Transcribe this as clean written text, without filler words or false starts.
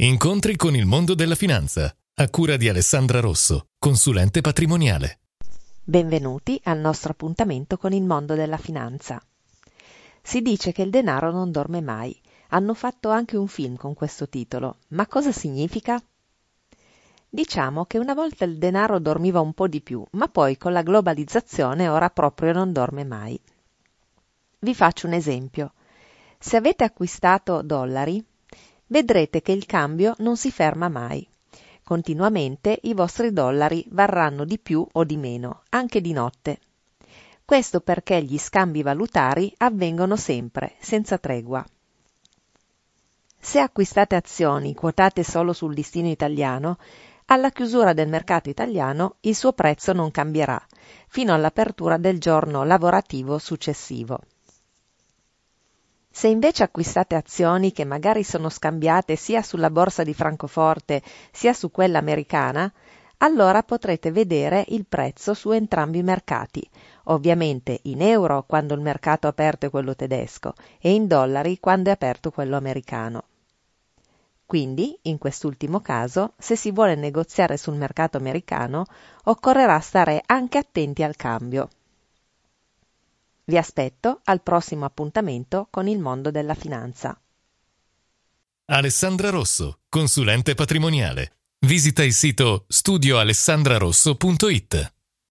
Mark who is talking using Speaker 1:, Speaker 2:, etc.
Speaker 1: Incontri con il mondo della finanza, a cura di Alessandra Rosso, consulente patrimoniale.
Speaker 2: Benvenuti al nostro appuntamento con il mondo della finanza. Si dice che il denaro non dorme mai. Hanno fatto anche un film con questo titolo. Ma cosa significa? Diciamo che una volta il denaro dormiva un po' di più, ma poi con la globalizzazione ora proprio non dorme mai. Vi faccio un esempio. Se avete acquistato dollari, vedrete che il cambio non si ferma mai. Continuamente i vostri dollari varranno di più o di meno, anche di notte. Questo perché gli scambi valutari avvengono sempre, senza tregua. Se acquistate azioni quotate solo sul listino italiano, alla chiusura del mercato italiano il suo prezzo non cambierà, fino all'apertura del giorno lavorativo successivo. Se invece acquistate azioni che magari sono scambiate sia sulla borsa di Francoforte sia su quella americana, allora potrete vedere il prezzo su entrambi i mercati, ovviamente in euro quando il mercato aperto è quello tedesco e in dollari quando è aperto quello americano. Quindi, in quest'ultimo caso, se si vuole negoziare sul mercato americano, occorrerà stare anche attenti al cambio. Vi aspetto al prossimo appuntamento con il mondo della finanza.
Speaker 1: Alessandra Rosso, consulente patrimoniale. Visita il sito studioalessandrarosso.it.